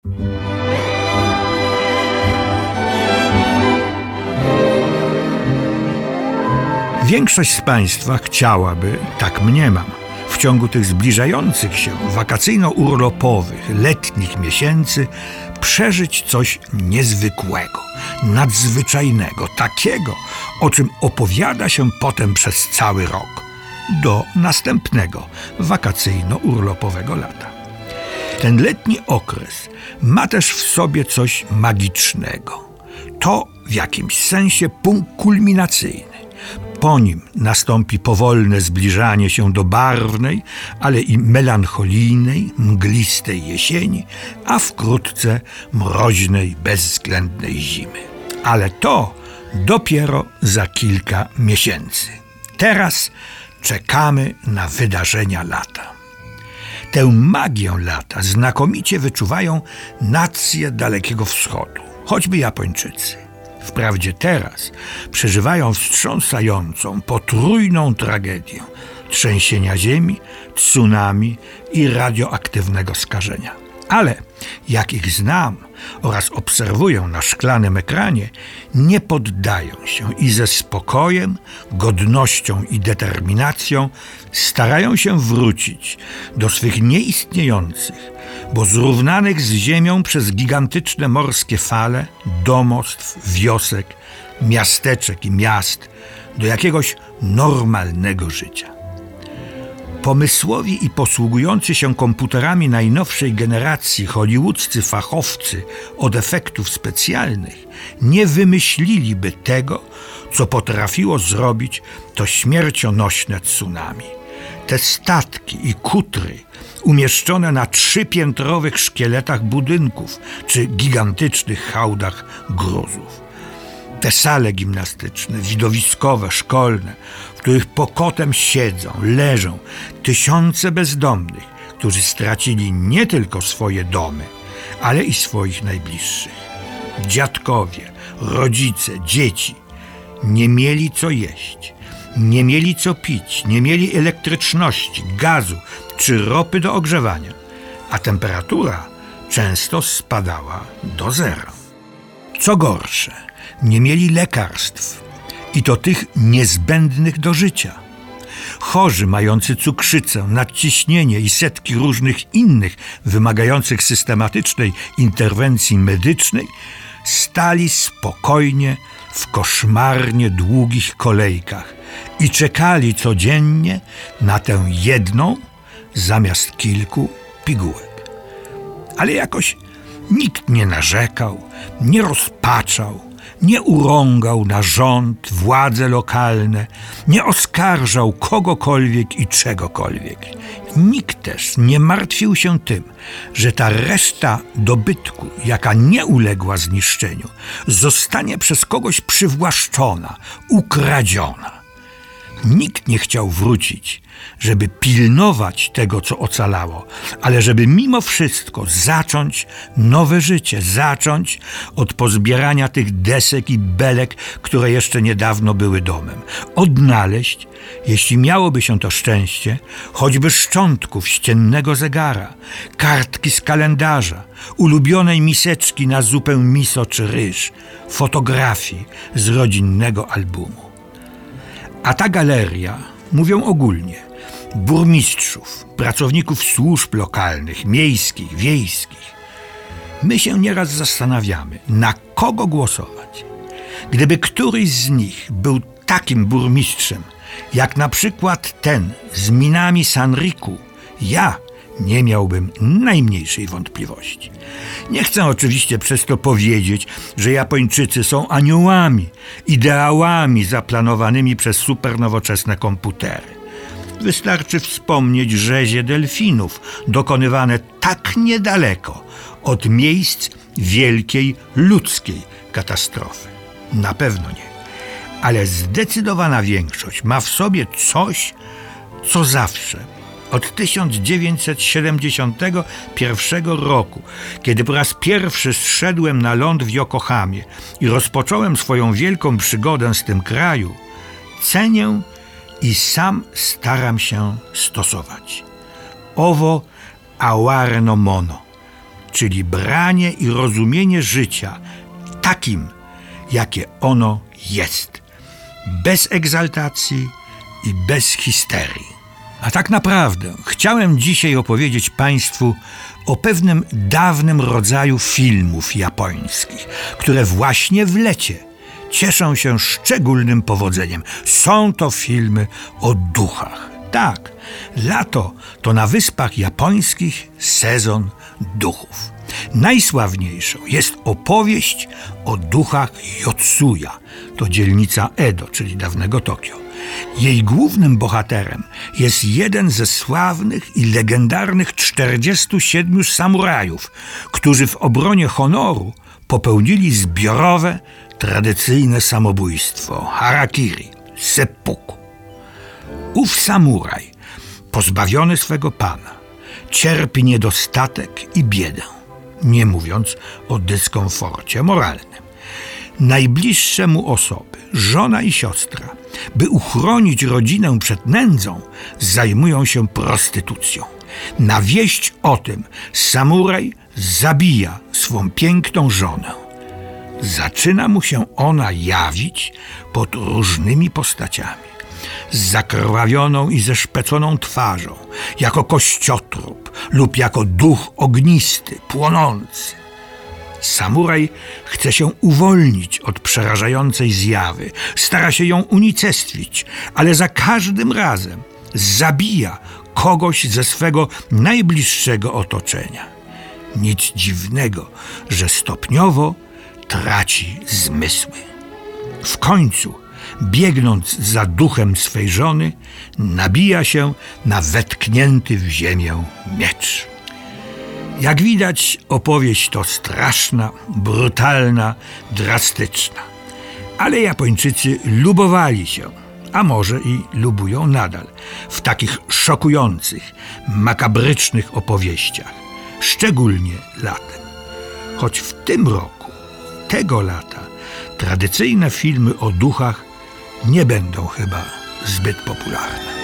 Większość z Państwa chciałaby, tak mniemam, w ciągu tych zbliżających się wakacyjno-urlopowych, letnich miesięcy przeżyć coś niezwykłego, nadzwyczajnego, takiego, o czym opowiada się potem przez cały rok, do następnego wakacyjno-urlopowego lata. Ten letni okres ma też w sobie coś magicznego. To w jakimś sensie punkt kulminacyjny. Po nim nastąpi powolne zbliżanie się do barwnej, ale i melancholijnej, mglistej jesieni, a wkrótce mroźnej, bezwzględnej zimy. Ale to dopiero za kilka miesięcy. Teraz czekamy na wydarzenia lata. Tę magię lata znakomicie wyczuwają nacje Dalekiego Wschodu, choćby Japończycy. Wprawdzie teraz przeżywają wstrząsającą, potrójną tragedię trzęsienia ziemi, tsunami i radioaktywnego skażenia. Ale jak ich znam oraz obserwuję na szklanym ekranie, nie poddają się i ze spokojem, godnością i determinacją starają się wrócić do swych nieistniejących, bo zrównanych z ziemią przez gigantyczne morskie fale, domostw, wiosek, miasteczek i miast, do jakiegoś normalnego życia. Pomysłowi i posługujący się komputerami najnowszej generacji hollywoodzcy fachowcy od efektów specjalnych nie wymyśliliby tego, co potrafiło zrobić to śmiercionośne tsunami. Te statki i kutry umieszczone na 3-piętrowych szkieletach budynków czy gigantycznych hałdach gruzów. Te sale gimnastyczne, widowiskowe, szkolne, w których pokotem siedzą, leżą tysiące bezdomnych, którzy stracili nie tylko swoje domy, ale i swoich najbliższych. Dziadkowie, rodzice, dzieci nie mieli co jeść, nie mieli co pić, nie mieli elektryczności, gazu czy ropy do ogrzewania, a temperatura często spadała do zera. Co gorsze, nie mieli lekarstw, i to tych niezbędnych do życia. Chorzy mający cukrzycę, nadciśnienie i setki różnych innych wymagających systematycznej interwencji medycznej stali spokojnie w koszmarnie długich kolejkach i czekali codziennie na tę jedną zamiast kilku pigułek. Ale jakoś nikt nie narzekał, nie rozpaczał, nie urągał na rząd, władze lokalne, nie oskarżał kogokolwiek i czegokolwiek. Nikt też nie martwił się tym, że ta reszta dobytku, jaka nie uległa zniszczeniu, zostanie przez kogoś przywłaszczona, ukradziona. Nikt nie chciał wrócić, żeby pilnować tego, co ocalało, ale żeby mimo wszystko zacząć nowe życie, zacząć od pozbierania tych desek i belek, które jeszcze niedawno były domem. Odnaleźć, jeśli miałoby się to szczęście, choćby szczątków ściennego zegara, kartki z kalendarza, ulubionej miseczki na zupę miso czy ryż, fotografii z rodzinnego albumu. A ta galeria, mówią ogólnie, burmistrzów, pracowników służb lokalnych, miejskich, wiejskich. My się nieraz zastanawiamy, na kogo głosować. Gdyby któryś z nich był takim burmistrzem, jak na przykład ten z Minami Sanriku, ja nie miałbym najmniejszej wątpliwości. Nie chcę oczywiście przez to powiedzieć, że Japończycy są aniołami, ideałami zaplanowanymi przez supernowoczesne komputery. Wystarczy wspomnieć rzezie delfinów, dokonywane tak niedaleko od miejsc wielkiej ludzkiej katastrofy. Na pewno nie. Ale zdecydowana większość ma w sobie coś, co zawsze, od 1971 roku, kiedy po raz pierwszy zszedłem na ląd w Yokohamie i rozpocząłem swoją wielką przygodę z tym kraju, cenię i sam staram się stosować. Owo aware no mono, czyli branie i rozumienie życia takim, jakie ono jest, bez egzaltacji i bez histerii. A tak naprawdę chciałem dzisiaj opowiedzieć Państwu o pewnym dawnym rodzaju filmów japońskich, które właśnie w lecie cieszą się szczególnym powodzeniem. Są to filmy o duchach. Tak, lato to na Wyspach Japońskich sezon duchów. Najsławniejszą jest opowieść o duchach Yotsuya. To dzielnica Edo, czyli dawnego Tokio. Jej głównym bohaterem jest jeden ze sławnych i legendarnych 47 samurajów, którzy w obronie honoru popełnili zbiorowe, tradycyjne samobójstwo harakiri, seppuku. Ów samuraj, pozbawiony swego pana, cierpi niedostatek i biedę, nie mówiąc o dyskomforcie moralnym. Najbliższe mu osoby, żona i siostra, by uchronić rodzinę przed nędzą, zajmują się prostytucją. Na wieść o tym samuraj zabija swą piękną żonę. Zaczyna mu się ona jawić pod różnymi postaciami. Z zakrwawioną i zeszpeconą twarzą, jako kościotrup lub jako duch ognisty, płonący. Samuraj chce się uwolnić od przerażającej zjawy, stara się ją unicestwić, ale za każdym razem zabija kogoś ze swego najbliższego otoczenia. Nic dziwnego, że stopniowo traci zmysły. W końcu, biegnąc za duchem swej żony, nabija się na wetknięty w ziemię miecz. Jak widać, opowieść to straszna, brutalna, drastyczna. Ale Japończycy lubowali się, a może i lubują nadal, w takich szokujących, makabrycznych opowieściach, szczególnie latem. Choć w tym roku, tego lata, tradycyjne filmy o duchach nie będą chyba zbyt popularne.